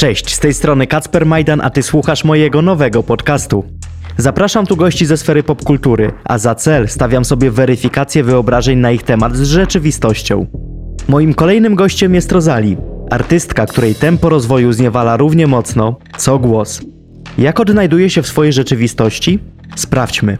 Cześć, z tej strony Kacper Majdan, a ty słuchasz mojego nowego podcastu. Zapraszam tu gości ze sfery popkultury, a za cel stawiam sobie weryfikację wyobrażeń na ich temat z rzeczywistością. Moim kolejnym gościem jest Rosalie, artystka, której tempo rozwoju zniewala równie mocno, co głos. Jak odnajduje się w swojej rzeczywistości? Sprawdźmy.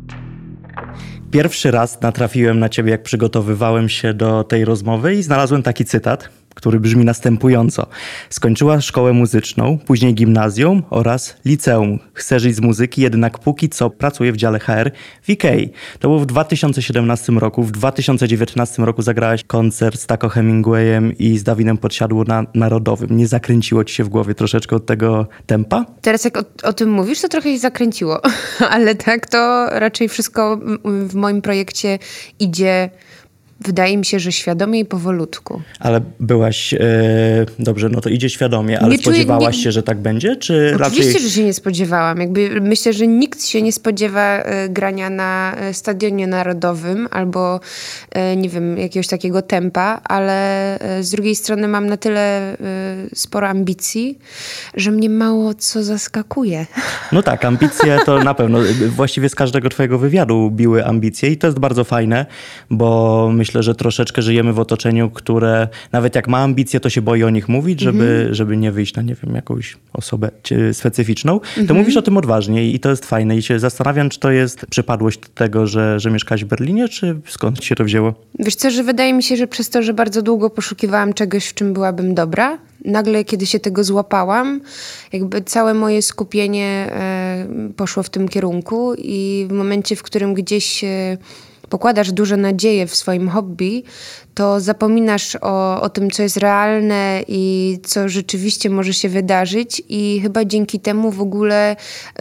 Pierwszy raz natrafiłem na ciebie, jak przygotowywałem się do tej rozmowy i znalazłem taki cytat, który brzmi następująco. Skończyła szkołę muzyczną, później gimnazjum oraz liceum. Chce żyć z muzyki, jednak póki co pracuje w dziale HR w Ikei. To było w 2017 roku. W 2019 roku zagrałaś koncert z Taco Hemingwayem i z Dawidem Podsiadło na Narodowym. Nie zakręciło ci się w głowie troszeczkę od tego tempa? Teraz jak o tym mówisz, to trochę się zakręciło. Ale tak, to raczej wszystko w moim projekcie idzie... Wydaje mi się, że świadomie i powolutku. Ale byłaś, dobrze, no to idzie świadomie, ale spodziewałaś się, że tak będzie? Czy Oczywiście, raczej... że się nie spodziewałam. Myślę, że nikt się nie spodziewa grania na Stadionie Narodowym albo, nie wiem, jakiegoś takiego tempa, ale z drugiej strony mam na tyle sporo ambicji, że mnie mało co zaskakuje. No tak, ambicje to na pewno. Właściwie z każdego twojego wywiadu biły ambicje i to jest bardzo fajne, bo myślę, że troszeczkę żyjemy w otoczeniu, które nawet jak ma ambicje, to się boi o nich mówić, żeby nie wyjść na, nie wiem, jakąś osobę specyficzną. To mówisz o tym odważnie i to jest fajne. I się zastanawiam, czy to jest przypadłość tego, że mieszkałaś w Berlinie, czy skąd się to wzięło? Wiesz co, że wydaje mi się, że przez to, że bardzo długo poszukiwałam czegoś, w czym byłabym dobra, nagle, kiedy się tego złapałam, jakby całe moje skupienie poszło w tym kierunku i w momencie, w którym gdzieś pokładasz duże nadzieje w swoim hobby, to zapominasz o tym, co jest realne i co rzeczywiście może się wydarzyć i chyba dzięki temu w ogóle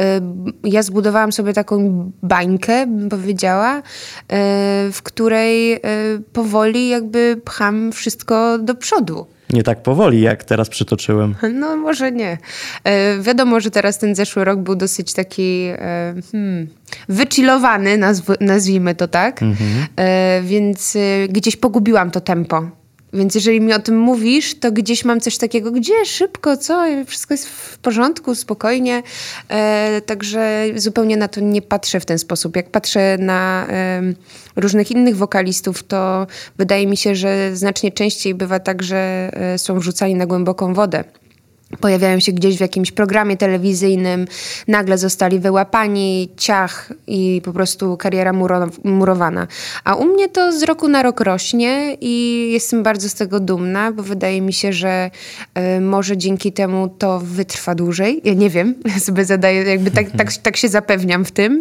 ja zbudowałam sobie taką bańkę, bym powiedziała, w której powoli jakby pcham wszystko do przodu. Nie tak powoli, jak teraz przytoczyłem. No może nie. Wiadomo, że teraz ten zeszły rok był dosyć taki wychillowany, nazwijmy to tak. Więc gdzieś pogubiłam to tempo. Więc jeżeli mi o tym mówisz, to gdzieś mam coś takiego, gdzie szybko, co? Wszystko jest w porządku, spokojnie. Także zupełnie na to nie patrzę w ten sposób. Jak patrzę na różnych innych wokalistów, to wydaje mi się, że znacznie częściej bywa tak, że są wrzucani na głęboką wodę. Pojawiają się gdzieś w jakimś programie telewizyjnym, nagle zostali wyłapani, ciach i po prostu kariera murowana. A u mnie to z roku na rok rośnie i jestem bardzo z tego dumna, bo wydaje mi się, że może dzięki temu to wytrwa dłużej. Ja nie wiem, ja sobie zadaję, jakby tak się zapewniam w tym.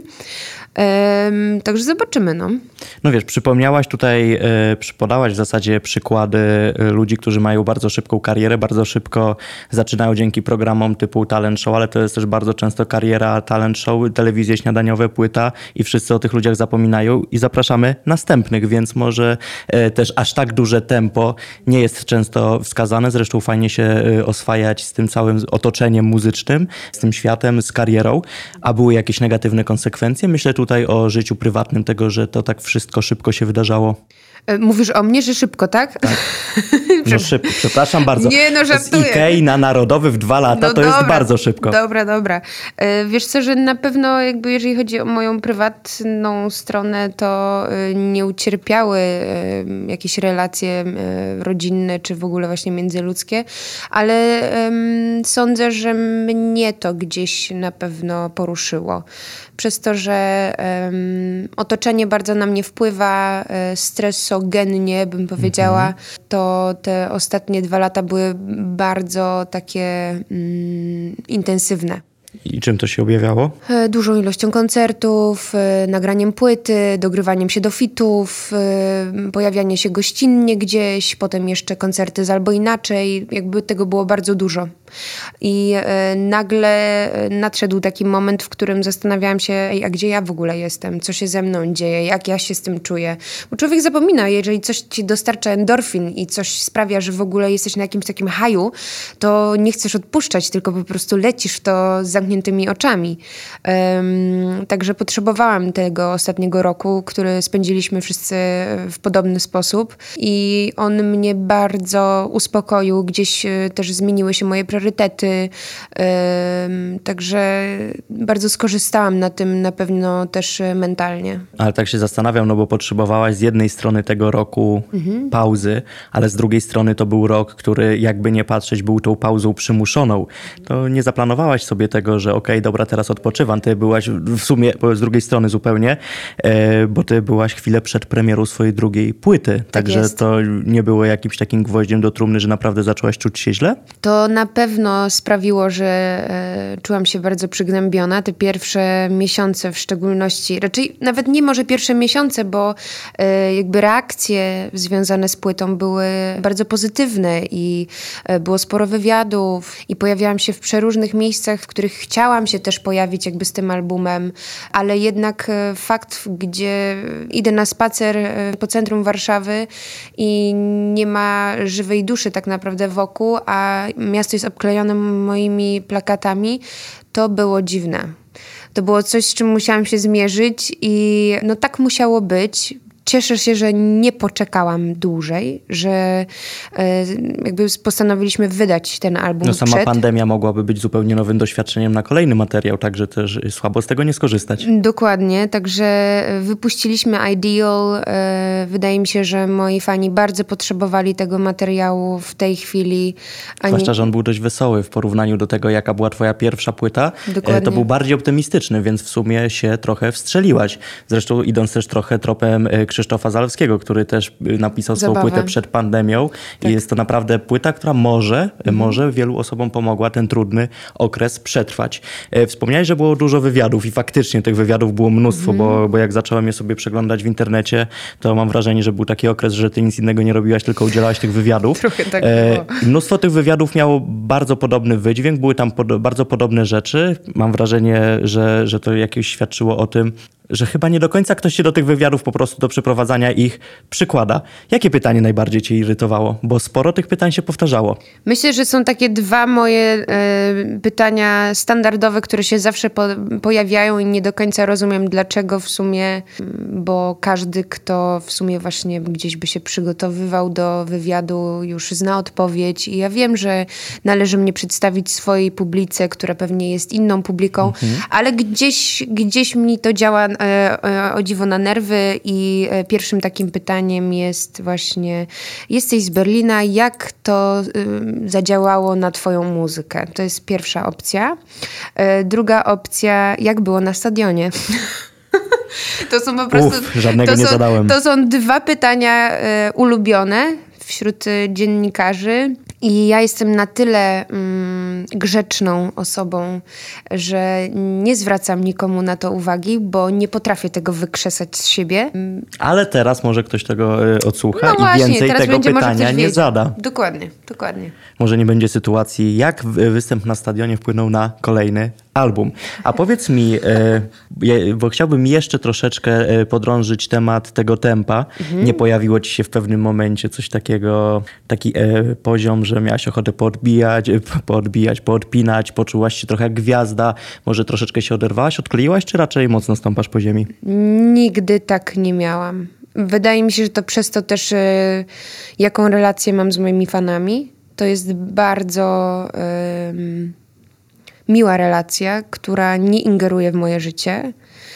Także zobaczymy, no. No wiesz, przypomniałaś tutaj, podałaś w zasadzie przykłady ludzi, którzy mają bardzo szybką karierę, bardzo szybko zaczynają dzięki programom typu talent show, ale to jest też bardzo często kariera talent show, telewizje śniadaniowe, płyta i wszyscy o tych ludziach zapominają i zapraszamy następnych, więc może też aż tak duże tempo nie jest często wskazane, zresztą fajnie się oswajać z tym całym otoczeniem muzycznym, z tym światem, z karierą, a były jakieś negatywne konsekwencje? Myślę tutaj o życiu prywatnym, tego, że to tak wszystko szybko się wydarzało. Mówisz o mnie, że szybko, tak? Tak. No szybko, przepraszam bardzo. Nie, no żartuję. Z Ikei na Narodowy w 2 lata to jest bardzo szybko. Dobra. Wiesz co, że na pewno jakby jeżeli chodzi o moją prywatną stronę, to nie ucierpiały jakieś relacje rodzinne, czy w ogóle właśnie międzyludzkie, ale sądzę, że mnie to gdzieś na pewno poruszyło. Przez to, że otoczenie bardzo na mnie wpływa, stresogennie bym powiedziała, to te ostatnie 2 lata były bardzo takie intensywne. I czym to się objawiało? Dużą ilością koncertów, nagraniem płyty, dogrywaniem się do fitów, pojawianie się gościnnie gdzieś, potem jeszcze koncerty z Albo Inaczej. Jakby tego było bardzo dużo. I nagle nadszedł taki moment, w którym zastanawiałam się, a gdzie ja w ogóle jestem? Co się ze mną dzieje? Jak ja się z tym czuję? Bo człowiek zapomina, jeżeli coś ci dostarcza endorfin i coś sprawia, że w ogóle jesteś na jakimś takim haju, to nie chcesz odpuszczać, tylko po prostu lecisz w to z zamkniętymi zamkniętymi oczami. Także potrzebowałam tego ostatniego roku, który spędziliśmy wszyscy w podobny sposób i on mnie bardzo uspokoił. Gdzieś też zmieniły się moje priorytety. Także bardzo skorzystałam na tym na pewno też mentalnie. Ale tak się zastanawiam, no bo potrzebowałaś z jednej strony tego roku pauzy, ale z drugiej strony to był rok, który jakby nie patrzeć był tą pauzą przymuszoną. To nie zaplanowałaś sobie tego, że okej, dobra, teraz odpoczywam. Ty byłaś w sumie z drugiej strony zupełnie, bo ty byłaś chwilę przed premierą swojej drugiej płyty. Także to nie było jakimś takim gwoździem do trumny, że naprawdę zaczęłaś czuć się źle? To na pewno sprawiło, że czułam się bardzo przygnębiona. Te pierwsze miesiące w szczególności, raczej nawet nie może pierwsze miesiące, bo jakby reakcje związane z płytą były bardzo pozytywne i było sporo wywiadów i pojawiałam się w przeróżnych miejscach, w których chciałam się też pojawić jakby z tym albumem, ale jednak fakt, gdzie idę na spacer po centrum Warszawy i nie ma żywej duszy tak naprawdę wokół, a miasto jest obklejone moimi plakatami, to było dziwne. To było coś, z czym musiałam się zmierzyć i no tak musiało być. Cieszę się, że nie poczekałam dłużej, że jakby postanowiliśmy wydać ten album No sama pandemia mogłaby być zupełnie nowym doświadczeniem na kolejny materiał, także też słabo z tego nie skorzystać. Dokładnie, także wypuściliśmy Ideal. Wydaje mi się, że moi fani bardzo potrzebowali tego materiału w tej chwili. Zwłaszcza, że on był dość wesoły w porównaniu do tego, jaka była twoja pierwsza płyta. Dokładnie. To był bardziej optymistyczny, więc w sumie się trochę wstrzeliłaś. Zresztą idąc też trochę tropem Krzysztofa Zalewskiego, który też napisał swoją płytę przed pandemią. Tak. I jest to naprawdę płyta, która może wielu osobom pomogła ten trudny okres przetrwać. Wspomniałeś, że było dużo wywiadów i faktycznie tych wywiadów było mnóstwo, bo jak zacząłem je sobie przeglądać w internecie, to mam wrażenie, że był taki okres, że ty nic innego nie robiłaś, tylko udzielałaś tych wywiadów. Trochę tak było. Mnóstwo tych wywiadów miało bardzo podobny wydźwięk, były tam bardzo podobne rzeczy. Mam wrażenie, że to jakieś świadczyło o tym, że chyba nie do końca ktoś się do tych wywiadów po prostu do przeprowadzania ich przykłada. Jakie pytanie najbardziej cię irytowało? Bo sporo tych pytań się powtarzało. Myślę, że są takie dwa moje pytania standardowe, które się zawsze pojawiają i nie do końca rozumiem dlaczego w sumie, bo każdy, kto w sumie właśnie gdzieś by się przygotowywał do wywiadu, już zna odpowiedź i ja wiem, że należy mnie przedstawić swojej publice, która pewnie jest inną publiką, ale gdzieś mi to działa o dziwo na nerwy i pierwszym takim pytaniem jest właśnie: jesteś z Berlina, jak to zadziałało na twoją muzykę? To jest pierwsza opcja. Druga opcja: jak było na stadionie? To są po prostu... żadnego nie zadałem. To są dwa pytania ulubione wśród dziennikarzy i ja jestem na tyle grzeczną osobą, że nie zwracam nikomu na to uwagi, bo nie potrafię tego wykrzesać z siebie. Ale teraz może ktoś tego odsłucha no i właśnie, więcej tego pytania nie zada. Dokładnie. Może nie będzie sytuacji, jak występ na stadionie wpłynął na kolejny album. A powiedz mi, bo chciałbym jeszcze troszeczkę podrążyć temat tego tempa. Nie pojawiło ci się w pewnym momencie coś takiego, taki poziom, że miałaś ochotę poodpinać, poczułaś się trochę jak gwiazda, może troszeczkę się oderwałaś, odkleiłaś, czy raczej mocno stąpasz po ziemi? Nigdy tak nie miałam. Wydaje mi się, że to przez to też, jaką relację mam z moimi fanami. To jest bardzo miła relacja, która nie ingeruje w moje życie.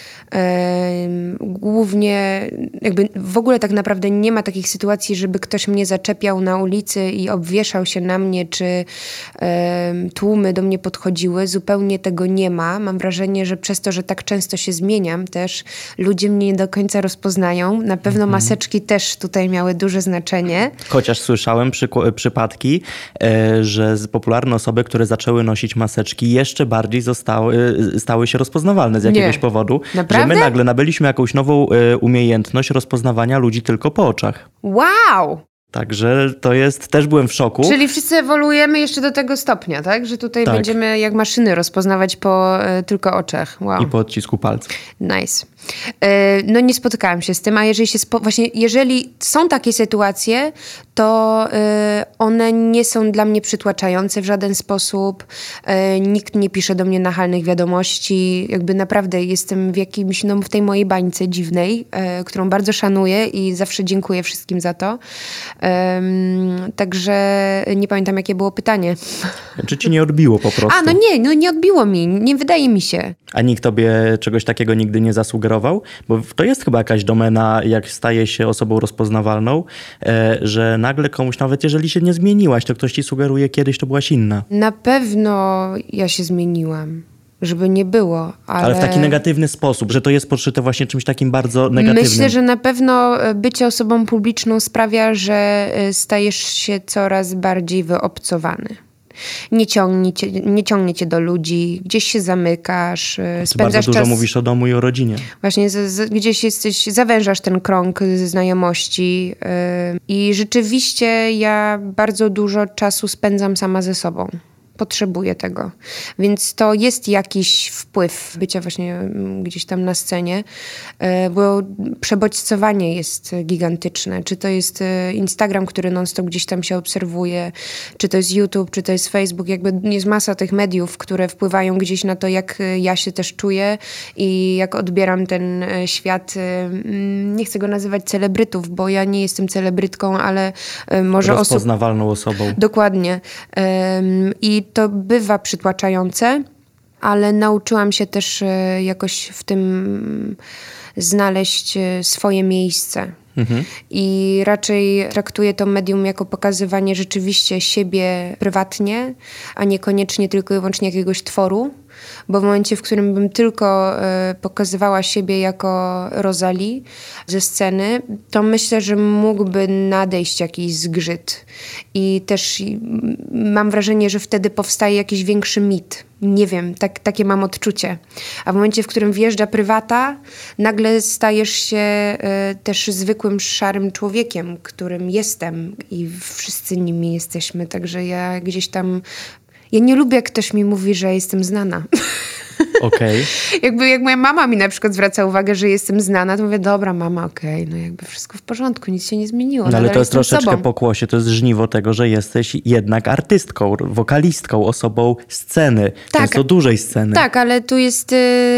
Głównie jakby w ogóle tak naprawdę nie ma takich sytuacji, żeby ktoś mnie zaczepiał na ulicy i obwieszał się na mnie, czy tłumy do mnie podchodziły. Zupełnie tego nie ma. Mam wrażenie, że przez to, że tak często się zmieniam też, ludzie mnie nie do końca rozpoznają. Na pewno maseczki też tutaj miały duże znaczenie. Chociaż słyszałem przypadki, że popularne osoby, które zaczęły nosić maseczki, jeszcze bardziej stały się rozpoznawalne z jakiegoś powodu. Naprawdę? Że my nagle nabyliśmy jakąś nową umiejętność rozpoznawania ludzi tylko po oczach. Wow! Także to jest, też byłem w szoku. Czyli wszyscy ewoluujemy jeszcze do tego stopnia, tak? Że tutaj będziemy jak maszyny rozpoznawać po tylko oczach. Wow. I po odcisku palca. Nice. No nie spotkałam się z tym, a jeżeli są takie sytuacje, to one nie są dla mnie przytłaczające w żaden sposób. Nikt nie pisze do mnie nachalnych wiadomości. Jakby naprawdę jestem w tej mojej bańce dziwnej, którą bardzo szanuję i zawsze dziękuję wszystkim za to. Także nie pamiętam, jakie było pytanie. Czy ci nie odbiło po prostu? Nie odbiło mi. Nie wydaje mi się. A nikt tobie czegoś takiego nigdy nie zasugerował? Bo to jest chyba jakaś domena, jak staje się osobą rozpoznawalną, że nagle komuś, nawet jeżeli się nie zmieniłaś, to ktoś ci sugeruje, kiedyś to byłaś inna. Na pewno ja się zmieniłam. Żeby nie było, ale w taki negatywny sposób, że to jest podszyte właśnie czymś takim bardzo negatywnym. Myślę, że na pewno bycie osobą publiczną sprawia, że stajesz się coraz bardziej wyobcowany. Nie ciągnie cię do ludzi, gdzieś się zamykasz, spędzasz bardzo dużo czas... mówisz o domu i o rodzinie. Właśnie gdzieś zawężasz ten krąg znajomości i rzeczywiście ja bardzo dużo czasu spędzam sama ze sobą. Potrzebuję tego. Więc to jest jakiś wpływ bycia właśnie gdzieś tam na scenie, bo przebodźcowanie jest gigantyczne. Czy to jest Instagram, który non-stop gdzieś tam się obserwuje, czy to jest YouTube, czy to jest Facebook. Jakby jest masa tych mediów, które wpływają gdzieś na to, jak ja się też czuję i jak odbieram ten świat. Nie chcę go nazywać celebrytów, bo ja nie jestem celebrytką, ale może rozpoznawalną osobą. Dokładnie. I to bywa przytłaczające, ale nauczyłam się też jakoś w tym znaleźć swoje miejsce. I raczej traktuję to medium jako pokazywanie rzeczywiście siebie prywatnie, a niekoniecznie tylko i wyłącznie jakiegoś tworu. Bo w momencie, w którym bym tylko pokazywała siebie jako Rosalie ze sceny, to myślę, że mógłby nadejść jakiś zgrzyt. I też mam wrażenie, że wtedy powstaje jakiś większy mit. Nie wiem, takie mam odczucie. A w momencie, w którym wjeżdża prywata, nagle stajesz się też zwykłym, szarym człowiekiem, którym jestem i wszyscy nimi jesteśmy. Także ja gdzieś tam... Ja nie lubię, jak ktoś mi mówi, że jestem znana. Okej. Jak moja mama mi na przykład zwraca uwagę, że jestem znana, to mówię, dobra mama, okej, no jakby wszystko w porządku, nic się nie zmieniło. No ale to jest troszeczkę sobą. pokłosie, to jest żniwo tego, że jesteś jednak artystką, wokalistką, osobą sceny, często dużej sceny. Tak, ale tu jest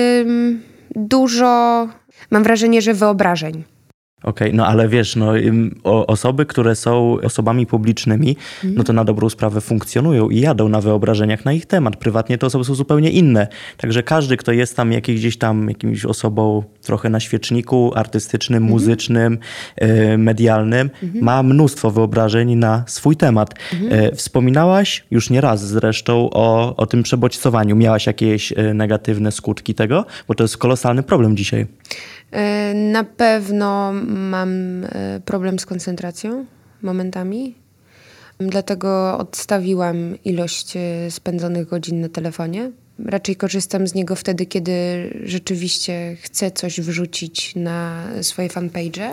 dużo, mam wrażenie, że wyobrażeń. Okej, no ale wiesz, osoby, które są osobami publicznymi, no to na dobrą sprawę funkcjonują i jadą na wyobrażeniach na ich temat. Prywatnie te osoby są zupełnie inne. Także każdy, kto jest tam jakimś osobą trochę na świeczniku artystycznym, muzycznym, medialnym, ma mnóstwo wyobrażeń na swój temat. Wspominałaś już nie raz zresztą o tym przebodźcowaniu. Miałaś jakieś negatywne skutki tego? Bo to jest kolosalny problem dzisiaj. Na pewno mam problem z koncentracją momentami, dlatego odstawiłam ilość spędzonych godzin na telefonie. Raczej korzystam z niego wtedy, kiedy rzeczywiście chcę coś wrzucić na swoje fanpage.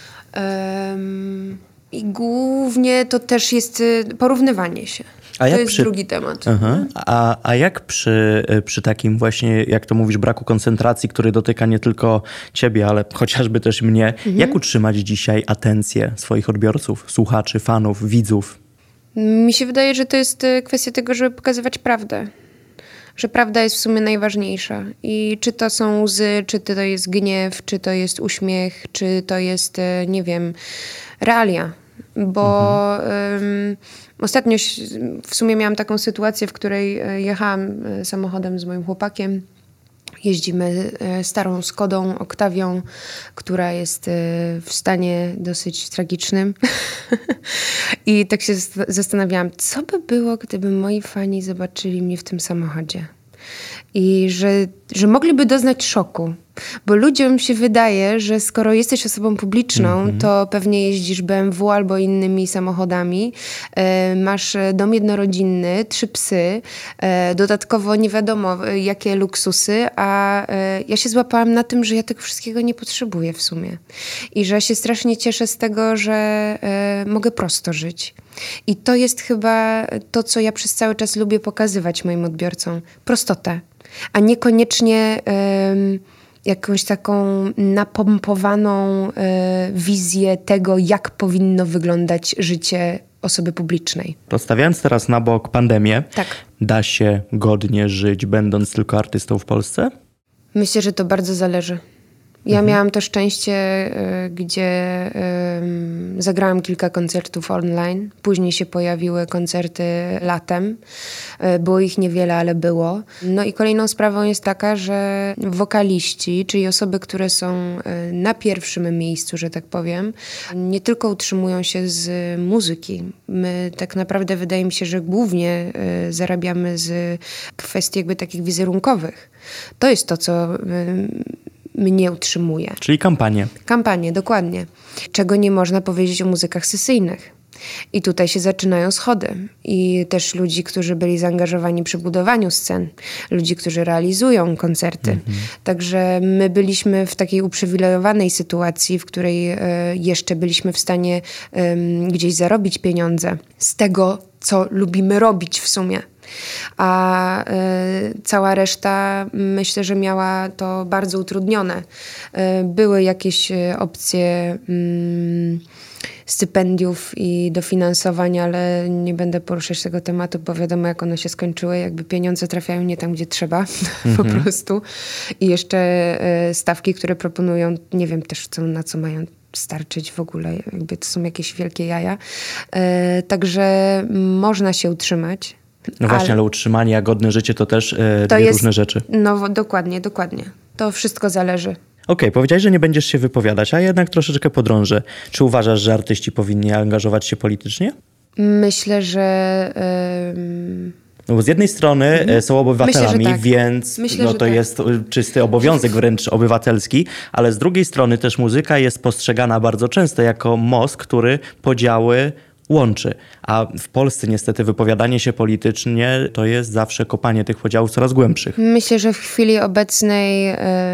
I głównie to też jest porównywanie się. To jest drugi temat. A jak przy takim właśnie, jak to mówisz, braku koncentracji, który dotyka nie tylko ciebie, ale chociażby też mnie, jak utrzymać dzisiaj atencję swoich odbiorców, słuchaczy, fanów, widzów? Mi się wydaje, że to jest kwestia tego, żeby pokazywać prawdę. Że prawda jest w sumie najważniejsza. I czy to są łzy, czy to jest gniew, czy to jest uśmiech, czy to jest, nie wiem, realia. Bo ostatnio w sumie miałam taką sytuację, w której jechałam samochodem z moim chłopakiem. Jeździmy starą Skodą Octavią, która jest w stanie dosyć tragicznym. I tak się zastanawiałam, co by było, gdyby moi fani zobaczyli mnie w tym samochodzie. I że mogliby doznać szoku. Bo ludziom się wydaje, że skoro jesteś osobą publiczną, to pewnie jeździsz BMW albo innymi samochodami, masz dom jednorodzinny, 3 psy, dodatkowo nie wiadomo jakie luksusy, a ja się złapałam na tym, że ja tego wszystkiego nie potrzebuję w sumie. I że się strasznie cieszę z tego, że mogę prosto żyć. I to jest chyba to, co ja przez cały czas lubię pokazywać moim odbiorcom. Prostotę. A niekoniecznie jakąś taką napompowaną wizję tego, jak powinno wyglądać życie osoby publicznej. Zostawiając teraz na bok pandemię, Tak. Da się godnie żyć, będąc tylko artystą w Polsce? Myślę, że to bardzo zależy. Ja miałam to szczęście, gdzie zagrałam kilka koncertów online. Później się pojawiły koncerty latem. Było ich niewiele, ale było. No i kolejną sprawą jest taka, że wokaliści, czyli osoby, które są na pierwszym miejscu, że tak powiem, nie tylko utrzymują się z muzyki. My tak naprawdę, wydaje mi się, że głównie zarabiamy z kwestii jakby takich wizerunkowych. To jest to, co mnie utrzymuje. Czyli kampanie. Kampanie, dokładnie. Czego nie można powiedzieć o muzykach sesyjnych. I tutaj się zaczynają schody. I też ludzi, którzy byli zaangażowani przy budowaniu scen. Ludzi, którzy realizują koncerty. Także my byliśmy w takiej uprzywilejowanej sytuacji, w której jeszcze byliśmy w stanie gdzieś zarobić pieniądze z tego, co lubimy robić w sumie. A cała reszta, myślę, że miała to bardzo utrudnione. Były jakieś opcje stypendiów i dofinansowań, ale nie będę poruszać tego tematu, bo wiadomo, jak one się skończyły. Jakby pieniądze trafiają nie tam, gdzie trzeba, po prostu. I jeszcze stawki, które proponują, nie wiem też na co mają starczyć w ogóle. Jakby to są jakieś wielkie jaja. Także można się utrzymać. No właśnie, ale utrzymanie, a godne życie to też dwie różne rzeczy. No dokładnie. To wszystko zależy. Okej, powiedziałeś, że nie będziesz się wypowiadać, a jednak troszeczkę podrążę. Czy uważasz, że artyści powinni angażować się politycznie? Myślę, że... No bo z jednej strony są obywatelami, tak. Więc to jest czysty obowiązek wręcz obywatelski, ale z drugiej strony też muzyka jest postrzegana bardzo często jako most, który podziały łączy. A w Polsce niestety wypowiadanie się politycznie to jest zawsze kopanie tych podziałów coraz głębszych. Myślę, że w chwili obecnej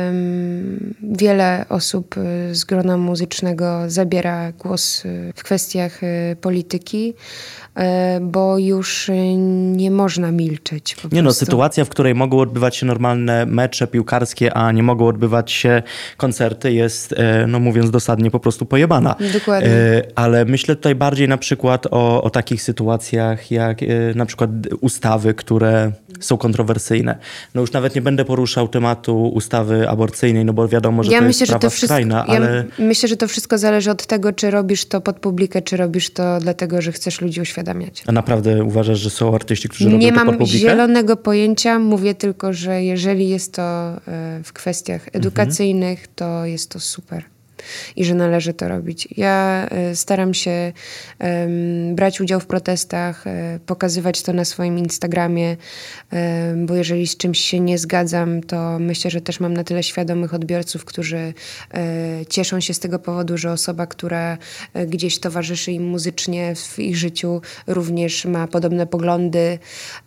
wiele osób z grona muzycznego zabiera głos w kwestiach polityki, bo już nie można milczeć. Sytuacja, w której mogą odbywać się normalne mecze piłkarskie, a nie mogą odbywać się koncerty jest, mówiąc dosadnie, po prostu pojebana. Dokładnie. Ale myślę tutaj bardziej na przykład o takich sytuacjach jak na przykład ustawy, które są kontrowersyjne. No już nawet nie będę poruszał tematu ustawy aborcyjnej, no bo wiadomo, że to jest sprawa skrajna, ale... Myślę, że to wszystko zależy od tego, czy robisz to pod publikę, czy robisz to dlatego, że chcesz ludzi uświadamiać. A naprawdę uważasz, że są artyści, którzy robią to pod publikę? Nie mam zielonego pojęcia. Mówię tylko, że jeżeli jest to w kwestiach edukacyjnych, to jest to super. I że należy to robić. Ja staram się brać udział w protestach, pokazywać to na swoim Instagramie, bo jeżeli z czymś się nie zgadzam, to myślę, że też mam na tyle świadomych odbiorców, którzy cieszą się z tego powodu, że osoba, która gdzieś towarzyszy im muzycznie w ich życiu, również ma podobne poglądy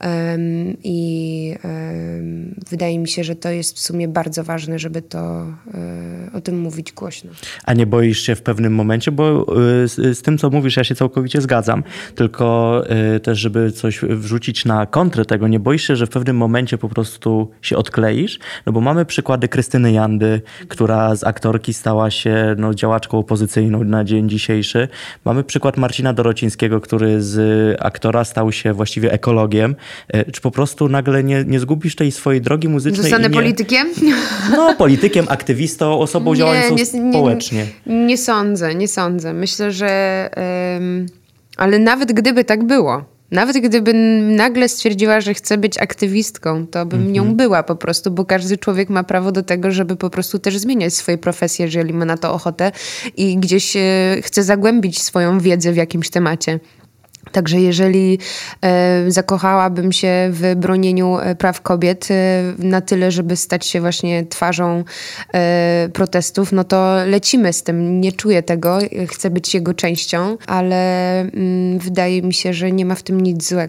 i wydaje mi się, że to jest w sumie bardzo ważne, żeby o tym mówić głośno. A nie boisz się w pewnym momencie, bo z tym, co mówisz, ja się całkowicie zgadzam. Tylko też, żeby coś wrzucić na kontrę tego, nie boisz się, że w pewnym momencie po prostu się odkleisz? No bo mamy przykłady Krystyny Jandy, która z aktorki stała się działaczką opozycyjną na dzień dzisiejszy. Mamy przykład Marcina Dorocińskiego, który z aktora stał się właściwie ekologiem. Czy po prostu nagle nie zgubisz tej swojej drogi muzycznej? Zostanę politykiem? Politykiem, aktywistą, osobą działającą społecznie. Nie sądzę. Myślę, że... ale nawet gdyby tak było, nawet gdyby nagle stwierdziła, że chce być aktywistką, to bym nią była po prostu, bo każdy człowiek ma prawo do tego, żeby po prostu też zmieniać swoje profesje, jeżeli ma na to ochotę i gdzieś chce zagłębić swoją wiedzę w jakimś temacie. Także jeżeli zakochałabym się w bronieniu praw kobiet na tyle, żeby stać się właśnie twarzą protestów, no to lecimy z tym. Nie czuję tego, chcę być jego częścią, ale wydaje mi się, że nie ma w tym nic złego.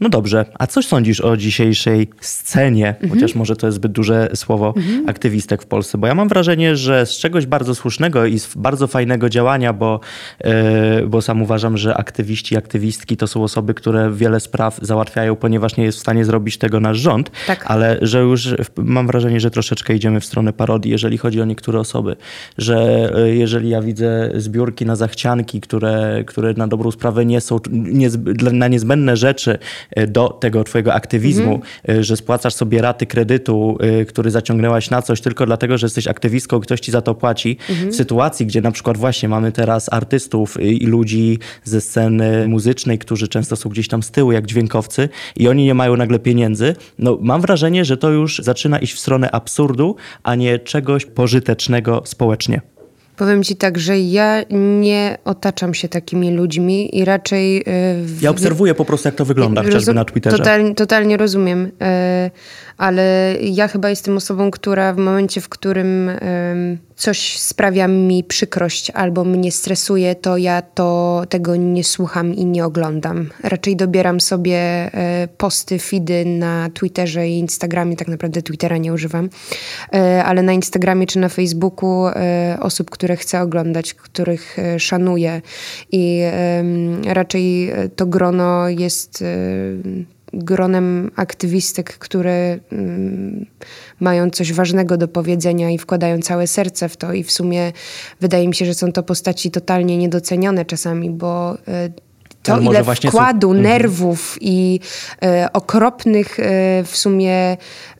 No dobrze, a co sądzisz o dzisiejszej scenie, chociaż może to jest zbyt duże słowo, aktywistek w Polsce? Bo ja mam wrażenie, że z czegoś bardzo słusznego i z bardzo fajnego działania, bo sam uważam, że aktywiści i aktywistki to są osoby, które wiele spraw załatwiają, ponieważ nie jest w stanie zrobić tego nasz rząd, Tak. ale że już mam wrażenie, że troszeczkę idziemy w stronę parodii, jeżeli chodzi o niektóre osoby. Że jeżeli ja widzę zbiórki na zachcianki, które na dobrą sprawę nie są na niezbędne rzeczy do tego twojego aktywizmu, że spłacasz sobie raty kredytu, który zaciągnęłaś na coś tylko dlatego, że jesteś aktywistką, ktoś ci za to płaci. W sytuacji, gdzie na przykład właśnie mamy teraz artystów i ludzi ze sceny muzycznej, którzy często są gdzieś tam z tyłu jak dźwiękowcy i oni nie mają nagle pieniędzy, no mam wrażenie, że to już zaczyna iść w stronę absurdu, a nie czegoś pożytecznego społecznie. Powiem ci tak, że ja nie otaczam się takimi ludźmi i raczej... Ja obserwuję po prostu, jak to wygląda, chociażby na Twitterze. Totalnie rozumiem, ale ja chyba jestem osobą, która w momencie, w którym coś sprawia mi przykrość albo mnie stresuje, to ja tego nie słucham i nie oglądam. Raczej dobieram sobie posty, feedy na Twitterze i Instagramie. Tak naprawdę Twittera nie używam, ale na Instagramie czy na Facebooku osób, które chcę oglądać, których szanuję i raczej to grono jest gronem aktywistek, które mają coś ważnego do powiedzenia i wkładają całe serce w to i w sumie wydaje mi się, że są to postaci totalnie niedocenione czasami, bo to ile wkładu, nerwów i okropnych w sumie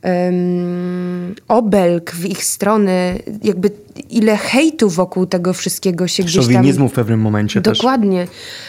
obelg w ich stronę, jakby ile hejtu wokół tego wszystkiego się gdzieś tam... Szowinizmu w pewnym momencie też. Dokładnie.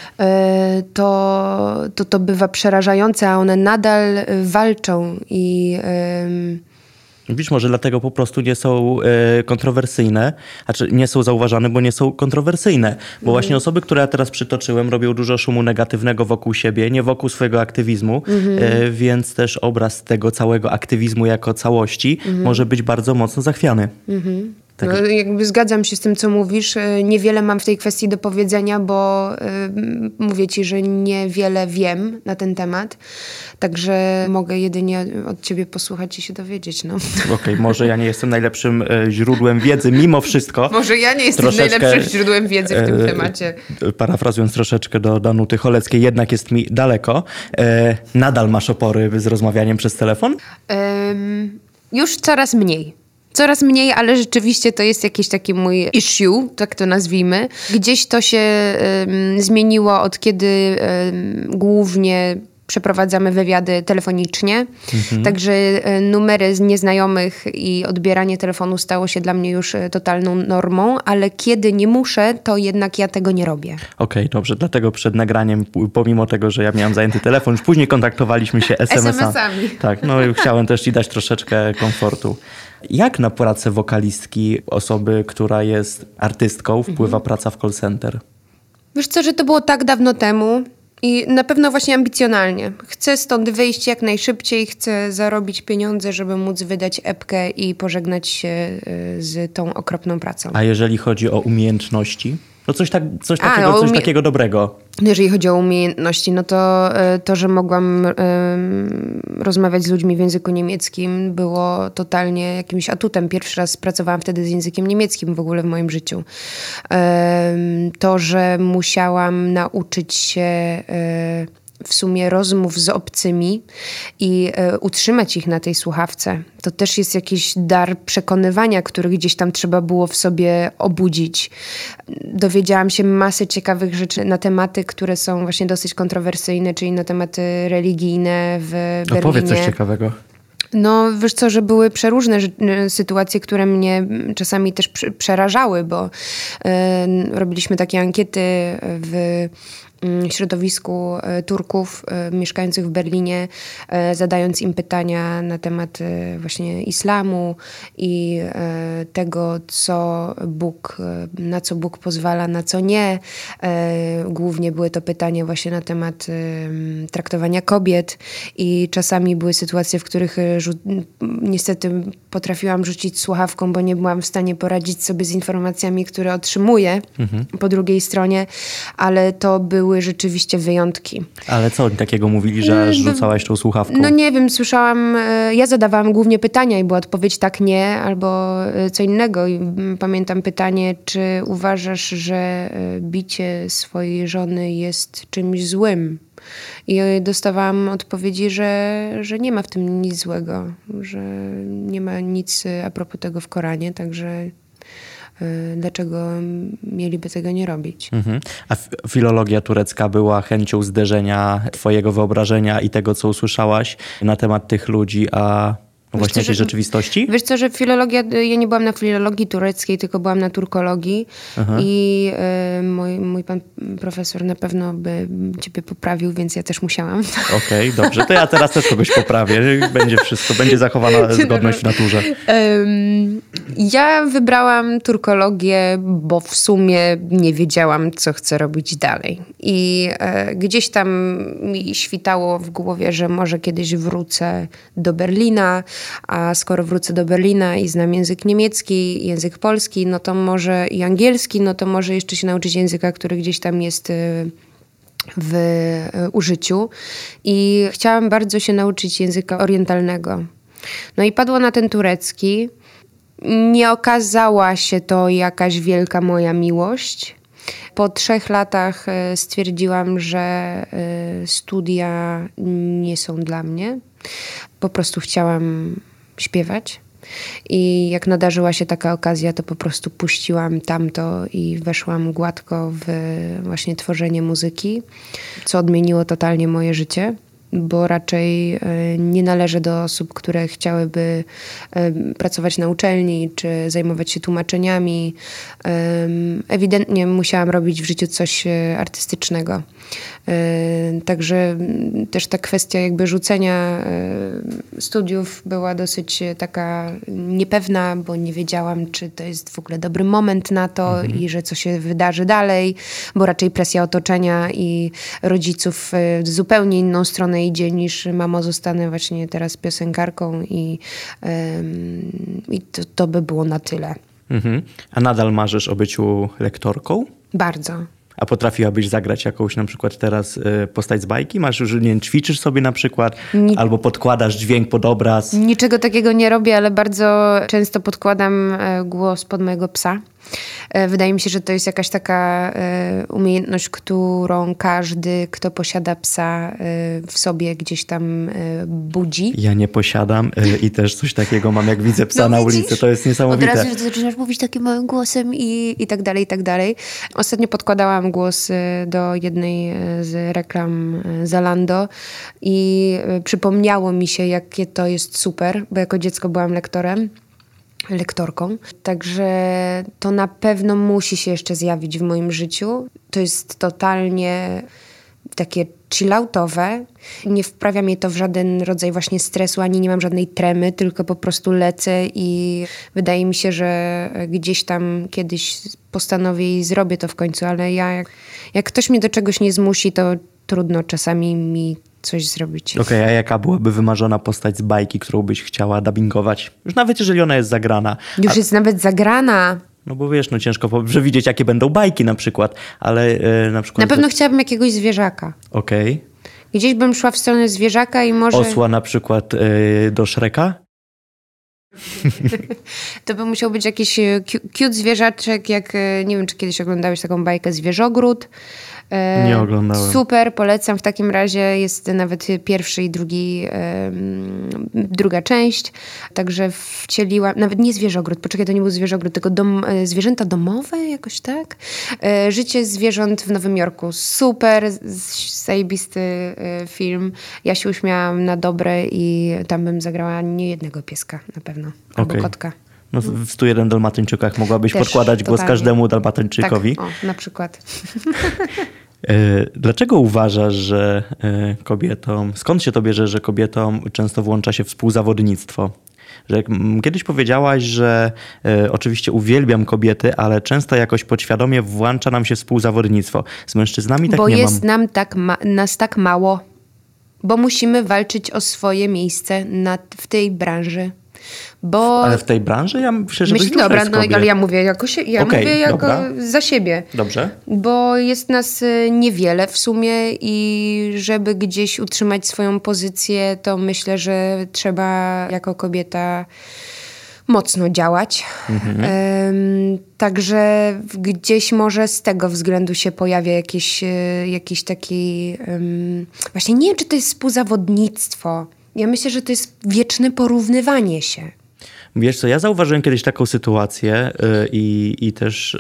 To bywa przerażające, a one nadal walczą i... Widzisz, może dlatego po prostu nie są kontrowersyjne, znaczy nie są zauważane, bo nie są kontrowersyjne. Bo właśnie osoby, które ja teraz przytoczyłem, robią dużo szumu negatywnego wokół siebie, nie wokół swojego aktywizmu, więc też obraz tego całego aktywizmu jako całości może być bardzo mocno zachwiany. Tak. No, jakby zgadzam się z tym, co mówisz. Niewiele mam w tej kwestii do powiedzenia, bo mówię ci, że niewiele wiem na ten temat. Także mogę jedynie od ciebie posłuchać i się dowiedzieć. No. Okej, może ja nie jestem najlepszym źródłem wiedzy mimo wszystko. Może ja nie jestem najlepszym źródłem wiedzy w tym temacie. Parafrazując troszeczkę do Danuty Choleckiej, jednak jest mi daleko. Nadal masz opory z rozmawianiem przez telefon? Już coraz mniej. Coraz mniej, ale rzeczywiście to jest jakiś taki mój issue, tak to nazwijmy. Gdzieś to się zmieniło od kiedy głównie przeprowadzamy wywiady telefonicznie. Także numery z nieznajomych i odbieranie telefonu stało się dla mnie już totalną normą, ale kiedy nie muszę, to jednak ja tego nie robię. Okej, dobrze. Dlatego przed nagraniem, pomimo tego, że ja miałam zajęty telefon, już później kontaktowaliśmy się SMS-ami. Tak, no i chciałem też ci dać troszeczkę komfortu. Jak na pracę wokalistki, osoby, która jest artystką, wpływa praca w call center? Wiesz co, że to było tak dawno temu i na pewno właśnie ambicjonalnie. Chcę stąd wyjść jak najszybciej, chcę zarobić pieniądze, żeby móc wydać epkę i pożegnać się z tą okropną pracą. A jeżeli chodzi o umiejętności? No coś takiego dobrego. Jeżeli chodzi o umiejętności, no to, że mogłam rozmawiać z ludźmi w języku niemieckim, było totalnie jakimś atutem. Pierwszy raz pracowałam wtedy z językiem niemieckim w ogóle w moim życiu. To, że musiałam nauczyć się w sumie rozmów z obcymi i utrzymać ich na tej słuchawce. To też jest jakiś dar przekonywania, który gdzieś tam trzeba było w sobie obudzić. Dowiedziałam się masy ciekawych rzeczy na tematy, które są właśnie dosyć kontrowersyjne, czyli na tematy religijne w Berlinie. Opowiedz coś ciekawego. No wiesz co, że były przeróżne sytuacje, które mnie czasami też przerażały, bo robiliśmy takie ankiety w środowisku Turków mieszkających w Berlinie, zadając im pytania na temat właśnie islamu i tego, na co Bóg pozwala, na co nie. Głównie były to pytania właśnie na temat traktowania kobiet i czasami były sytuacje, w których niestety potrafiłam rzucić słuchawką, bo nie byłam w stanie poradzić sobie z informacjami, które otrzymuję po drugiej stronie, ale to były były rzeczywiście wyjątki. Ale co oni takiego mówili, że aż rzucałaś tą słuchawką? No nie wiem, słyszałam, ja zadawałam głównie pytania i była odpowiedź tak, nie, albo co innego. I pamiętam pytanie, czy uważasz, że bicie swojej żony jest czymś złym? I dostawałam odpowiedzi, że nie ma w tym nic złego, że nie ma nic a propos tego w Koranie, także dlaczego mieliby tego nie robić. A filologia turecka była chęcią zderzenia twojego wyobrażenia i tego, co usłyszałaś na temat tych ludzi, a właśnie jakiejś rzeczywistości? Wiesz co, że filologia, ja nie byłam na filologii tureckiej, tylko byłam na turkologii. I mój pan profesor na pewno by ciebie poprawił, więc ja też musiałam. Okej, dobrze. To ja teraz też kogoś poprawię. Będzie wszystko, będzie zachowana zgodność w naturze. Ja wybrałam turkologię, bo w sumie nie wiedziałam, co chcę robić dalej. I gdzieś tam mi świtało w głowie, że może kiedyś wrócę do Berlina, a skoro wrócę do Berlina i znam język niemiecki, język polski, no to może i angielski, no to może jeszcze się nauczyć języka, który gdzieś tam jest w użyciu. I chciałam bardzo się nauczyć języka orientalnego. No i padło na ten turecki. Nie okazała się to jakaś wielka moja miłość. Po 3 latach stwierdziłam, że studia nie są dla mnie. Po prostu chciałam śpiewać. I jak nadarzyła się taka okazja, to po prostu puściłam tamto i weszłam gładko w właśnie tworzenie muzyki, co odmieniło totalnie moje życie. Bo raczej nie należę do osób, które chciałyby pracować na uczelni czy zajmować się tłumaczeniami. Ewidentnie musiałam robić w życiu coś artystycznego. Także też ta kwestia jakby rzucenia studiów była dosyć taka niepewna, bo nie wiedziałam, czy to jest w ogóle dobry moment na to i że co się wydarzy dalej, bo raczej presja otoczenia i rodziców w zupełnie inną stronę idzie niż mamo, zostanę właśnie teraz piosenkarką i to by było na tyle. A nadal marzysz o byciu lektorką? Bardzo. A potrafiłabyś zagrać jakąś na przykład teraz postać z bajki? Masz już, nie wiem, ćwiczysz sobie na przykład albo podkładasz dźwięk pod obraz? Niczego takiego nie robię, ale bardzo często podkładam głos pod mojego psa. Wydaje mi się, że to jest jakaś taka umiejętność, którą każdy, kto posiada psa, w sobie gdzieś tam budzi. Ja nie posiadam i też coś takiego mam, jak widzę psa na ulicy. To jest niesamowite. Od razu zaczynasz mówić takim małym głosem i tak dalej, i tak dalej. Ostatnio podkładałam głos do jednej z reklam Zalando i przypomniało mi się, jakie to jest super, bo jako dziecko byłam lektorką. Także to na pewno musi się jeszcze zjawić w moim życiu. To jest totalnie takie chilloutowe. Nie wprawia mnie to w żaden rodzaj właśnie stresu, ani nie mam żadnej tremy, tylko po prostu lecę i wydaje mi się, że gdzieś tam kiedyś postanowię i zrobię to w końcu, ale jak ktoś mnie do czegoś nie zmusi, to trudno czasami mi coś zrobić. Okej, a jaka byłaby wymarzona postać z bajki, którą byś chciała dubbingować? Już nawet jeżeli ona jest zagrana. Już jest nawet zagrana. No bo wiesz, ciężko przewidzieć, jakie będą bajki na przykład, ale na przykład... Na pewno chciałabym jakiegoś zwierzaka. Okej. Gdzieś bym szła w stronę zwierzaka i może... Osła na przykład do Shreka? To by musiał być jakiś cute zwierzaczek, jak nie wiem, czy kiedyś oglądałeś taką bajkę Zwierzogród. Nie oglądałem. Super, polecam w takim razie. Jest nawet pierwszy i druga część. Także wcieliłam, nawet nie Zwierzogród, poczekaj, to nie był Zwierzogród, tylko zwierzęta domowe, jakoś tak. Życie zwierząt w Nowym Jorku. Super, zajebisty film. Ja się uśmiałam na dobre i tam bym zagrała nie jednego pieska na pewno, albo kotka. No w 101 Dalmatyńczykach mogłabyś też podkładać głos totalnie każdemu Dalmatyńczykowi. Tak, na przykład. Dlaczego uważasz, że kobietom, skąd się to bierze, że kobietom często włącza się współzawodnictwo? Że kiedyś powiedziałaś, że oczywiście uwielbiam kobiety, ale często jakoś podświadomie włącza nam się współzawodnictwo. Z mężczyznami tak bo nie jest mam. nas tak mało, bo musimy walczyć o swoje miejsce w tej branży. Ale w tej branży? Ja myślę, że Dobra, ale ja mówię za siebie. Dobrze. Bo jest nas niewiele w sumie i żeby gdzieś utrzymać swoją pozycję, to myślę, że trzeba jako kobieta mocno działać. Także gdzieś może z tego względu się pojawia jakiś taki... Właśnie nie wiem, czy to jest współzawodnictwo. Ja myślę, że to jest wieczne porównywanie się. Wiesz co, ja zauważyłem kiedyś taką sytuację i też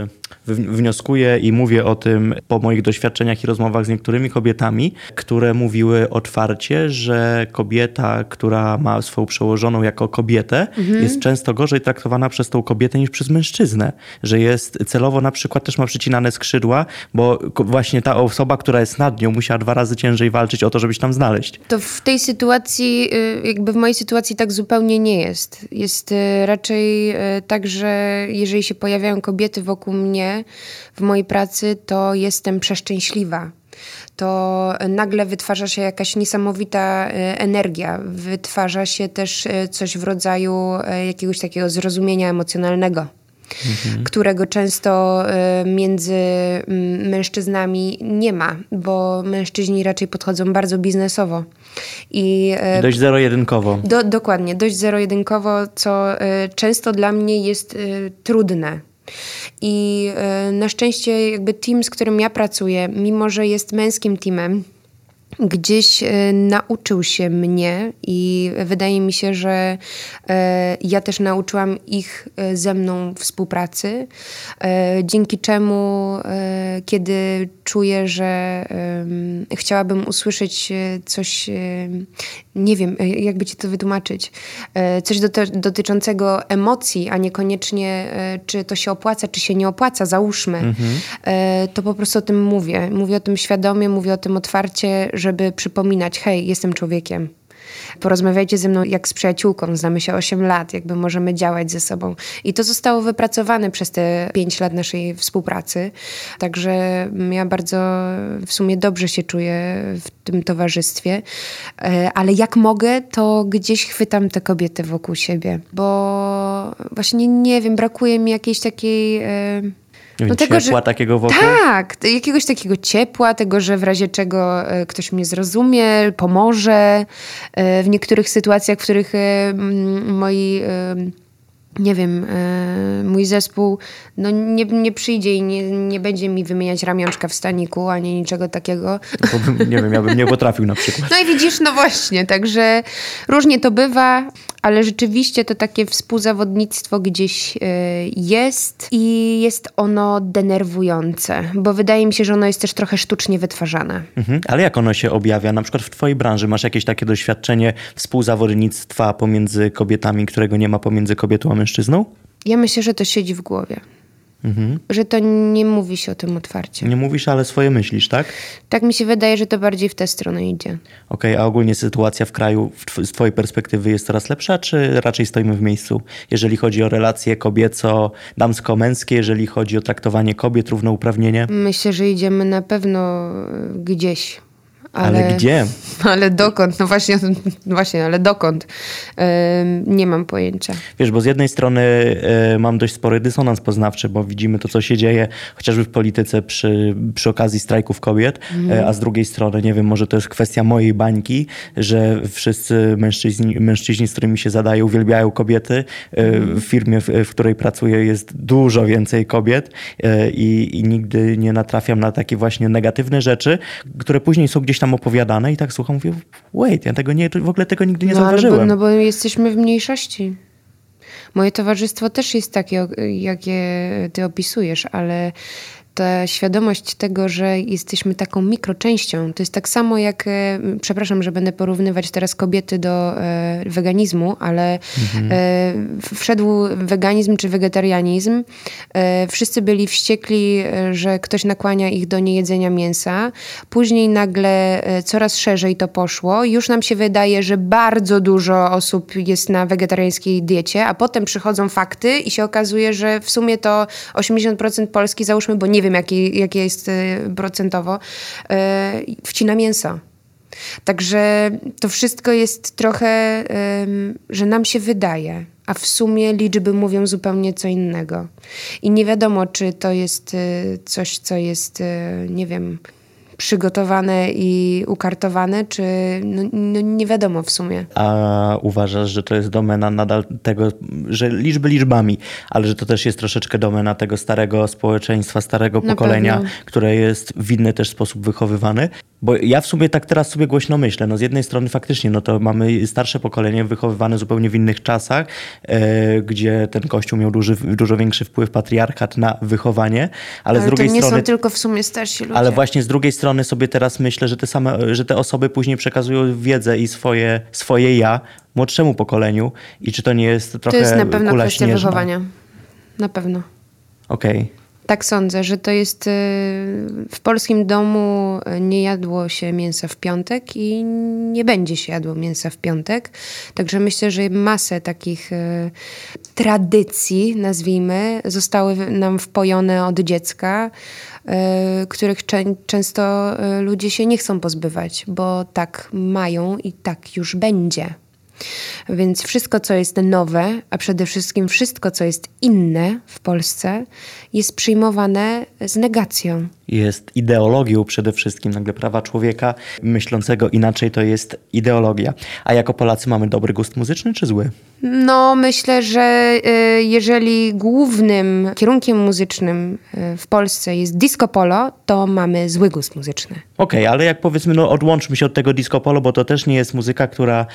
wnioskuję i mówię o tym po moich doświadczeniach i rozmowach z niektórymi kobietami, które mówiły otwarcie, że kobieta, która ma swoją przełożoną jako kobietę, jest często gorzej traktowana przez tą kobietę niż przez mężczyznę. Że jest celowo na przykład też ma przycinane skrzydła, bo właśnie ta osoba, która jest nad nią, musiała 2 razy ciężej walczyć o to, żeby się tam znaleźć. To w tej sytuacji, jakby w mojej sytuacji tak zupełnie nie jest. Jest raczej tak, że jeżeli się pojawiają kobiety wokół mnie w mojej pracy, to jestem przeszczęśliwa. To nagle wytwarza się jakaś niesamowita energia. Wytwarza się też coś w rodzaju jakiegoś takiego zrozumienia emocjonalnego, którego często między mężczyznami nie ma, bo mężczyźni raczej podchodzą bardzo biznesowo. I dość zero-jedynkowo. Dokładnie, dość zero-jedynkowo, co często dla mnie jest trudne. I na szczęście jakby team, z którym ja pracuję, mimo że jest męskim teamem, gdzieś nauczył się mnie i wydaje mi się, że ja też nauczyłam ich ze mną współpracy, dzięki czemu kiedy czuję, że chciałabym usłyszeć coś, nie wiem, jakby ci to wytłumaczyć, coś dotyczącego emocji, a niekoniecznie czy to się opłaca, czy się nie opłaca, załóżmy, to po prostu o tym mówię. Mówię o tym świadomie, mówię o tym otwarcie, żeby przypominać, hej, jestem człowiekiem. Porozmawiajcie ze mną jak z przyjaciółką, znamy się 8 lat, jakby możemy działać ze sobą. I to zostało wypracowane przez te 5 lat naszej współpracy. Także ja bardzo w sumie dobrze się czuję w tym towarzystwie. Ale jak mogę, to gdzieś chwytam te kobiety wokół siebie. Bo właśnie, nie wiem, brakuje mi jakiejś takiej... ciepła takiego wokół? Tak, jakiegoś takiego ciepła, tego, że w razie czego ktoś mnie zrozumie, pomoże. W niektórych sytuacjach, w których mój zespół nie przyjdzie i nie będzie mi wymieniać ramionczka w staniku, ani niczego takiego. Ja bym nie potrafił na przykład. No i widzisz, no właśnie, także różnie to bywa, ale rzeczywiście to takie współzawodnictwo gdzieś jest i jest ono denerwujące, bo wydaje mi się, że ono jest też trochę sztucznie wytwarzane. Ale jak ono się objawia? Na przykład w twojej branży masz jakieś takie doświadczenie współzawodnictwa pomiędzy kobietami, którego nie ma pomiędzy kobietą a mężczyzną? Ja myślę, że to siedzi w głowie. Że to nie mówi się o tym otwarcie. Nie mówisz, ale swoje myślisz, tak? Tak mi się wydaje, że to bardziej w tę stronę idzie. Okej, a ogólnie sytuacja w kraju z twojej perspektywy jest coraz lepsza, czy raczej stoimy w miejscu? Jeżeli chodzi o relacje kobieco-damsko-męskie, jeżeli chodzi o traktowanie kobiet, równouprawnienie? Myślę, że idziemy na pewno gdzieś. Ale gdzie? Ale dokąd? No właśnie, ale dokąd? Nie mam pojęcia. Wiesz, bo z jednej strony mam dość spory dysonans poznawczy, bo widzimy to, co się dzieje chociażby w polityce przy okazji strajków kobiet, a z drugiej strony, nie wiem, może to jest kwestia mojej bańki, że wszyscy mężczyźni, z którymi się zadają, uwielbiają kobiety. W firmie, w której pracuję, jest dużo więcej kobiet i nigdy nie natrafiam na takie właśnie negatywne rzeczy, które później są gdzieś tam opowiadane i tak słucham, mówię, wait, ja w ogóle tego nigdy nie zauważyłem. Bo jesteśmy w mniejszości. Moje towarzystwo też jest takie, jakie ty opisujesz, ale ta świadomość tego, że jesteśmy taką mikroczęścią, to jest tak samo jak, przepraszam, że będę porównywać teraz kobiety do weganizmu, ale wszedł weganizm czy wegetarianizm, wszyscy byli wściekli, że ktoś nakłania ich do niejedzenia mięsa, później nagle coraz szerzej to poszło, już nam się wydaje, że bardzo dużo osób jest na wegetariańskiej diecie, a potem przychodzą fakty i się okazuje, że w sumie to 80% Polski, załóżmy, bo nie wiem jakie jest procentowo, wcina mięso. Także to wszystko jest trochę, że nam się wydaje, a w sumie liczby mówią zupełnie co innego. I nie wiadomo, czy to jest coś, co jest, nie wiem, przygotowane i ukartowane, czy no nie wiadomo w sumie. A uważasz, że to jest domena nadal tego, że liczby liczbami, ale że to też jest troszeczkę domena tego starego społeczeństwa, starego pokolenia, które jest w inny też sposób wychowywane? Bo ja w sumie tak teraz sobie głośno myślę. No z jednej strony faktycznie, no to mamy starsze pokolenie wychowywane zupełnie w innych czasach, gdzie ten Kościół miał dużo większy wpływ, patriarchat na wychowanie, ale z drugiej to nie strony... są tylko w sumie starsi ludzie. Ale właśnie z drugiej strony sobie teraz myślę, że te osoby później przekazują wiedzę i swoje ja młodszemu pokoleniu i czy to nie jest trochę To jest na pewno kula kwestia śnieżna? wychowania. Na pewno. Okej. Tak sądzę, że to jest w polskim domu nie jadło się mięsa w piątek i nie będzie się jadło mięsa w piątek. Także myślę, że masę takich tradycji, nazwijmy, zostały nam wpojone od dziecka, których często ludzie się nie chcą pozbywać, bo tak mają i tak już będzie. Więc wszystko, co jest nowe, a przede wszystkim wszystko, co jest inne w Polsce, jest przyjmowane z negacją. Jest ideologią przede wszystkim. Nagle prawa człowieka myślącego inaczej to jest ideologia. A jako Polacy mamy dobry gust muzyczny czy zły? No, myślę, że jeżeli głównym kierunkiem muzycznym w Polsce jest disco polo, to mamy zły gust muzyczny. Okej, ale jak powiedzmy, no odłączmy się od tego disco polo, bo to też nie jest muzyka, która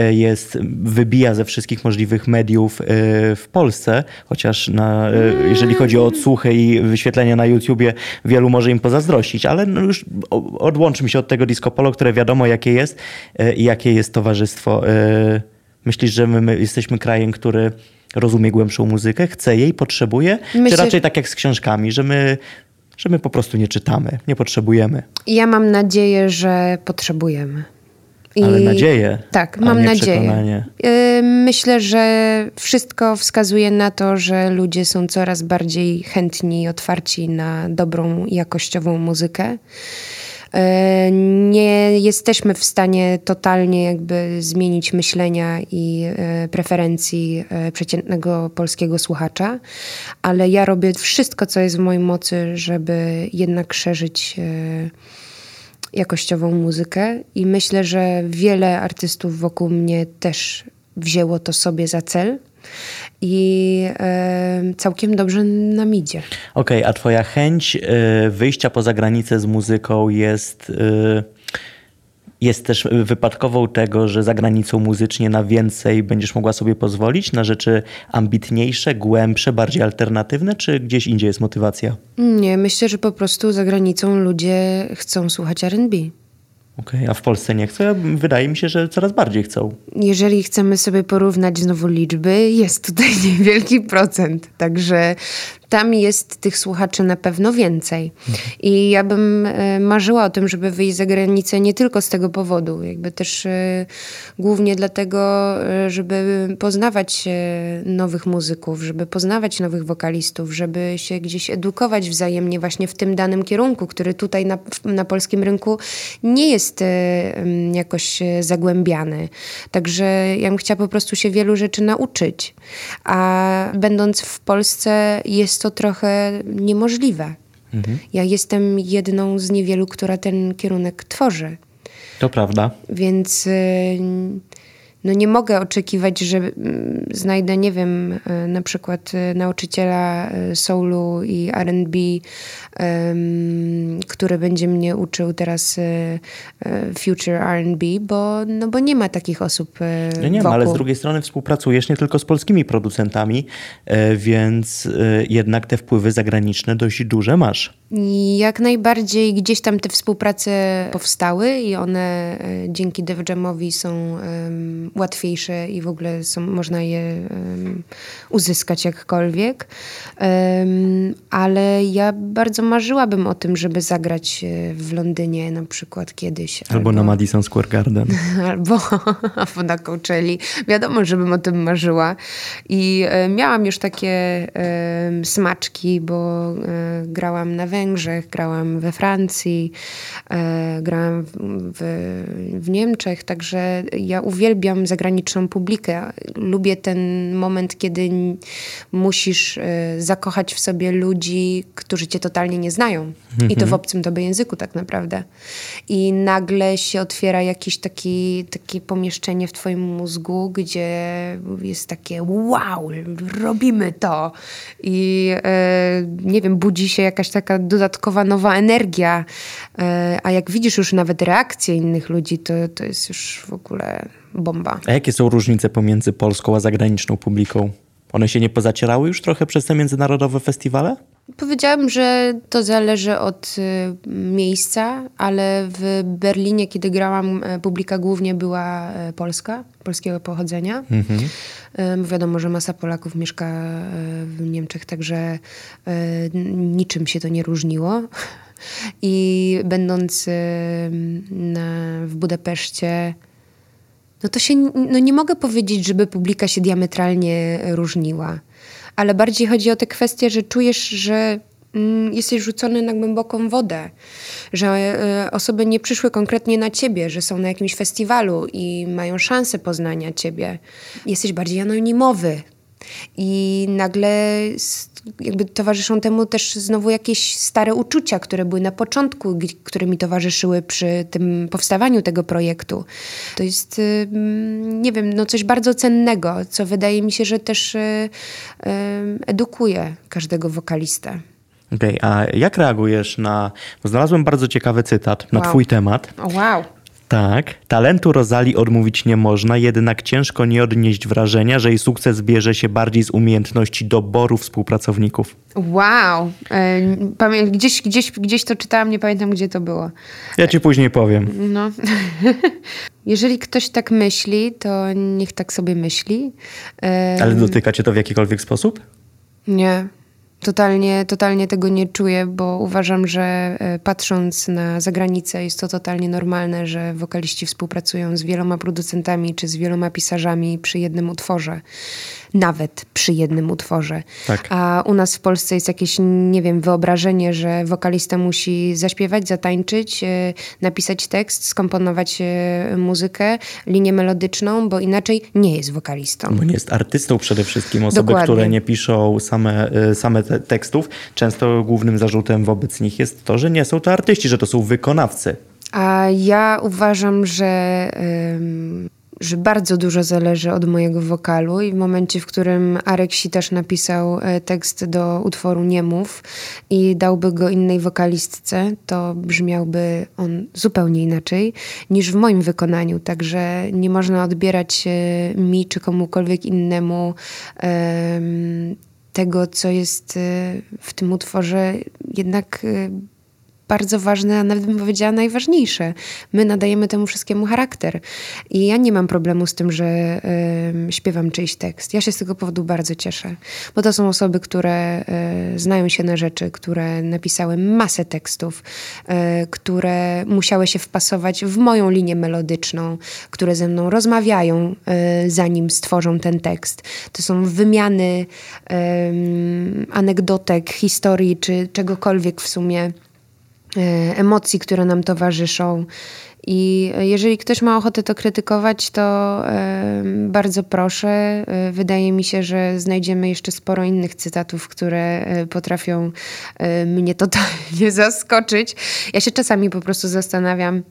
wybija ze wszystkich możliwych mediów w Polsce, chociaż jeżeli chodzi o odsłuchy i wyświetlenia na YouTubie, wielu może im pozazdrościć, ale no już odłączmy się od tego disco polo, które wiadomo jakie jest i jakie jest towarzystwo. Myślisz, że my jesteśmy krajem, który rozumie głębszą muzykę, chce jej, potrzebuje? Czy raczej tak jak z książkami, że my po prostu nie czytamy, nie potrzebujemy? Ja mam nadzieję, że potrzebujemy. Ale nadzieję. Tak, mam nadzieję. Przekonanie. Myślę, że wszystko wskazuje na to, że ludzie są coraz bardziej chętni i otwarci na dobrą, jakościową muzykę. Nie jesteśmy w stanie totalnie jakby zmienić myślenia i preferencji przeciętnego polskiego słuchacza, ale ja robię wszystko, co jest w mojej mocy, żeby jednak szerzyć jakościową muzykę i myślę, że wiele artystów wokół mnie też wzięło to sobie za cel i całkiem dobrze nam idzie. Okej, a twoja chęć wyjścia poza granicę z muzyką jest też wypadkową tego, że za granicą muzycznie na więcej będziesz mogła sobie pozwolić, na rzeczy ambitniejsze, głębsze, bardziej alternatywne, czy gdzieś indziej jest motywacja? Nie, myślę, że po prostu za granicą ludzie chcą słuchać R&B. Okej, a w Polsce nie chcą? Wydaje mi się, że coraz bardziej chcą. Jeżeli chcemy sobie porównać znowu liczby, jest tutaj niewielki procent, także tam jest tych słuchaczy na pewno więcej. I ja bym marzyła o tym, żeby wyjść za granicę nie tylko z tego powodu, jakby też głównie dlatego, żeby poznawać nowych muzyków, żeby poznawać nowych wokalistów, żeby się gdzieś edukować wzajemnie właśnie w tym danym kierunku, który tutaj na polskim rynku nie jest jakoś zagłębiany. Także ja bym chciała po prostu się wielu rzeczy nauczyć. A będąc w Polsce jest to trochę niemożliwe. Ja jestem jedną z niewielu, która ten kierunek tworzy. To prawda. Więc no nie mogę oczekiwać, że znajdę, nie wiem, na przykład nauczyciela soulu i R&B, który będzie mnie uczył teraz future R&B, bo nie ma takich osób nie wokół. ma, ale z drugiej strony współpracujesz nie tylko z polskimi producentami, więc jednak te wpływy zagraniczne dość duże masz. Jak najbardziej gdzieś tam te współprace powstały i one dzięki Def Jamowi są łatwiejsze i w ogóle można je uzyskać jakkolwiek. Ale ja bardzo marzyłabym o tym, żeby zagrać w Londynie na przykład kiedyś. Albo na Madison Square Garden. Albo na Coachelli. Wiadomo, żebym o tym marzyła. I miałam już takie smaczki, bo grałam na Węgrzech Węgrzech, grałam we Francji, grałam w Niemczech, także ja uwielbiam zagraniczną publikę. Lubię ten moment, kiedy musisz zakochać w sobie ludzi, którzy cię totalnie nie znają. I to w obcym tobie języku tak naprawdę. I nagle się otwiera jakieś takie pomieszczenie w twoim mózgu, gdzie jest takie wow, robimy to. I nie wiem, budzi się jakaś taka dodatkowa nowa energia. A jak widzisz już nawet reakcje innych ludzi, to jest już w ogóle bomba. A jakie są różnice pomiędzy polską a zagraniczną publiką? One się nie pozacierały już trochę przez te międzynarodowe festiwale? Powiedziałabym, że to zależy od miejsca, ale w Berlinie, kiedy grałam, publika głównie była polska, polskiego pochodzenia. Wiadomo, że masa Polaków mieszka w Niemczech, także niczym się to nie różniło. I będąc w Budapeszcie, nie mogę powiedzieć, żeby publika się diametralnie różniła. Ale bardziej chodzi o tę kwestię, że czujesz, że jesteś rzucony na głęboką wodę. Że osoby nie przyszły konkretnie na ciebie, że są na jakimś festiwalu i mają szansę poznania ciebie. Jesteś bardziej anonimowy. I nagle jakby towarzyszą temu też znowu jakieś stare uczucia, które były na początku, które mi towarzyszyły przy tym powstawaniu tego projektu. To jest, nie wiem, coś bardzo cennego, co wydaje mi się, że też edukuje każdego wokalistę. Okej, a jak reagujesz bo znalazłem bardzo ciekawy cytat na twój temat. Wow. Tak. Talentu Rosalii odmówić nie można, jednak ciężko nie odnieść wrażenia, że jej sukces bierze się bardziej z umiejętności doboru współpracowników. Wow. Gdzieś to czytałam, nie pamiętam, gdzie to było. Ja ci później powiem. No. Jeżeli ktoś tak myśli, to niech tak sobie myśli. Ale dotyka cię to w jakikolwiek sposób? Nie. Totalnie tego nie czuję, bo uważam, że patrząc na zagranicę jest to totalnie normalne, że wokaliści współpracują z wieloma producentami czy z wieloma pisarzami przy jednym utworze. Nawet przy jednym utworze. Tak. A u nas w Polsce jest jakieś, nie wiem, wyobrażenie, że wokalista musi zaśpiewać, zatańczyć, napisać tekst, skomponować muzykę, linię melodyczną, bo inaczej nie jest wokalistą. Bo nie jest artystą przede wszystkim. Osoby, Dokładnie. które nie piszą same tekstów, często głównym zarzutem wobec nich jest to, że nie są to artyści, że to są wykonawcy. A ja uważam, że bardzo dużo zależy od mojego wokalu i w momencie, w którym Arek Sitasz napisał tekst do utworu Nie mów i dałby go innej wokalistce, to brzmiałby on zupełnie inaczej niż w moim wykonaniu. Także nie można odbierać mi czy komukolwiek innemu tego, co jest w tym utworze jednak bardzo ważne, a nawet bym powiedziała najważniejsze. My nadajemy temu wszystkiemu charakter. I ja nie mam problemu z tym, że śpiewam czyjś tekst. Ja się z tego powodu bardzo cieszę. Bo to są osoby, które znają się na rzeczy, które napisały masę tekstów, które musiały się wpasować w moją linię melodyczną, które ze mną rozmawiają, zanim stworzą ten tekst. To są wymiany anegdotek, historii, czy czegokolwiek w sumie, emocji, które nam towarzyszą. I jeżeli ktoś ma ochotę to krytykować, to bardzo proszę. Wydaje mi się, że znajdziemy jeszcze sporo innych cytatów, które potrafią mnie totalnie zaskoczyć. Ja się czasami po prostu zastanawiam,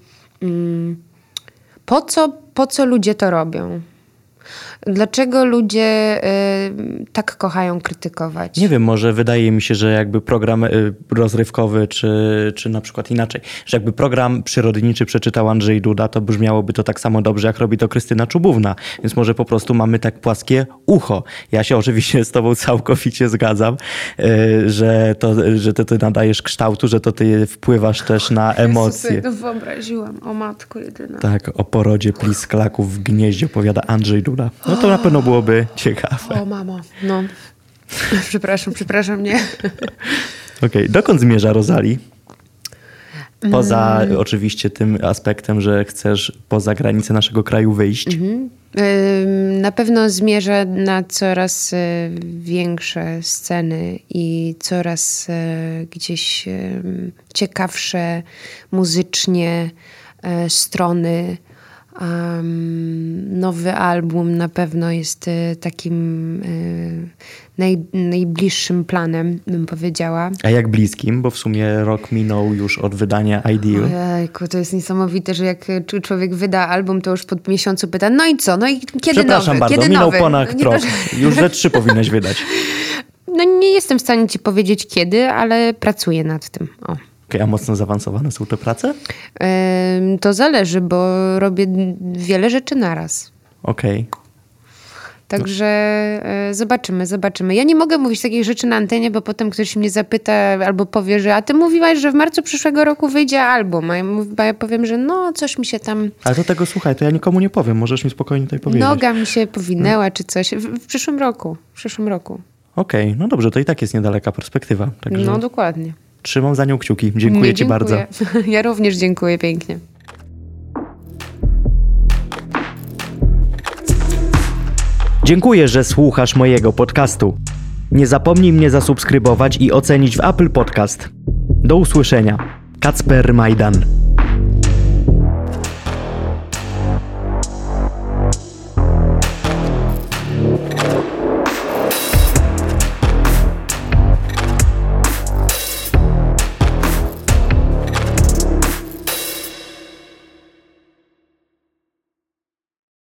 po co ludzie to robią? Dlaczego ludzie tak kochają krytykować? Nie wiem, może wydaje mi się, że jakby program rozrywkowy, czy na przykład inaczej, że jakby program przyrodniczy przeczytał Andrzej Duda, to brzmiałoby to tak samo dobrze, jak robi to Krystyna Czubówna. Więc może po prostu mamy tak płaskie ucho. Ja się oczywiście z tobą całkowicie zgadzam, że ty nadajesz kształtu, że to ty wpływasz też na emocje. Ja sobie to wyobraziłam. O matko jedyna. Tak, o porodzie plisklaków w gnieździe opowiada Andrzej Duda. No to na pewno byłoby ciekawe. O mamo, no. Przepraszam, nie. Okej, dokąd zmierza Rosalie? Poza oczywiście tym aspektem, że chcesz poza granice naszego kraju wyjść. Na pewno zmierzę na coraz większe sceny i coraz gdzieś ciekawsze muzycznie strony. Nowy album na pewno jest takim najbliższym planem, bym powiedziała. A jak bliskim? Bo w sumie rok minął już od wydania Ideal. Ojejku, to jest niesamowite, że jak człowiek wyda album, to już po miesiącu pyta, no i co? No i kiedy Przepraszam nowy? bardzo, kiedy minął nowy? ponad rok. Już ze 3 powinnaś wydać. No nie jestem w stanie ci powiedzieć kiedy, ale pracuję nad tym. O. A mocno zaawansowane są te prace? To zależy, bo robię wiele rzeczy naraz. Okej. Także zobaczymy. Ja nie mogę mówić takich rzeczy na antenie, bo potem ktoś mnie zapyta albo powie, że a ty mówiłaś, że w marcu przyszłego roku wyjdzie album. A ja powiem, że no coś mi się tam... Ale to tego słuchaj, to ja nikomu nie powiem. Możesz mi spokojnie tutaj powiedzieć. Noga mi się powinęła czy coś. W przyszłym roku. Okej, no dobrze, to i tak jest niedaleka perspektywa. Także No dokładnie. trzymam za nią kciuki. Dziękuję ci bardzo. Ja również dziękuję pięknie. Dziękuję, że słuchasz mojego podcastu. Nie zapomnij mnie zasubskrybować i ocenić w Apple Podcast. Do usłyszenia. Kacper Majdan.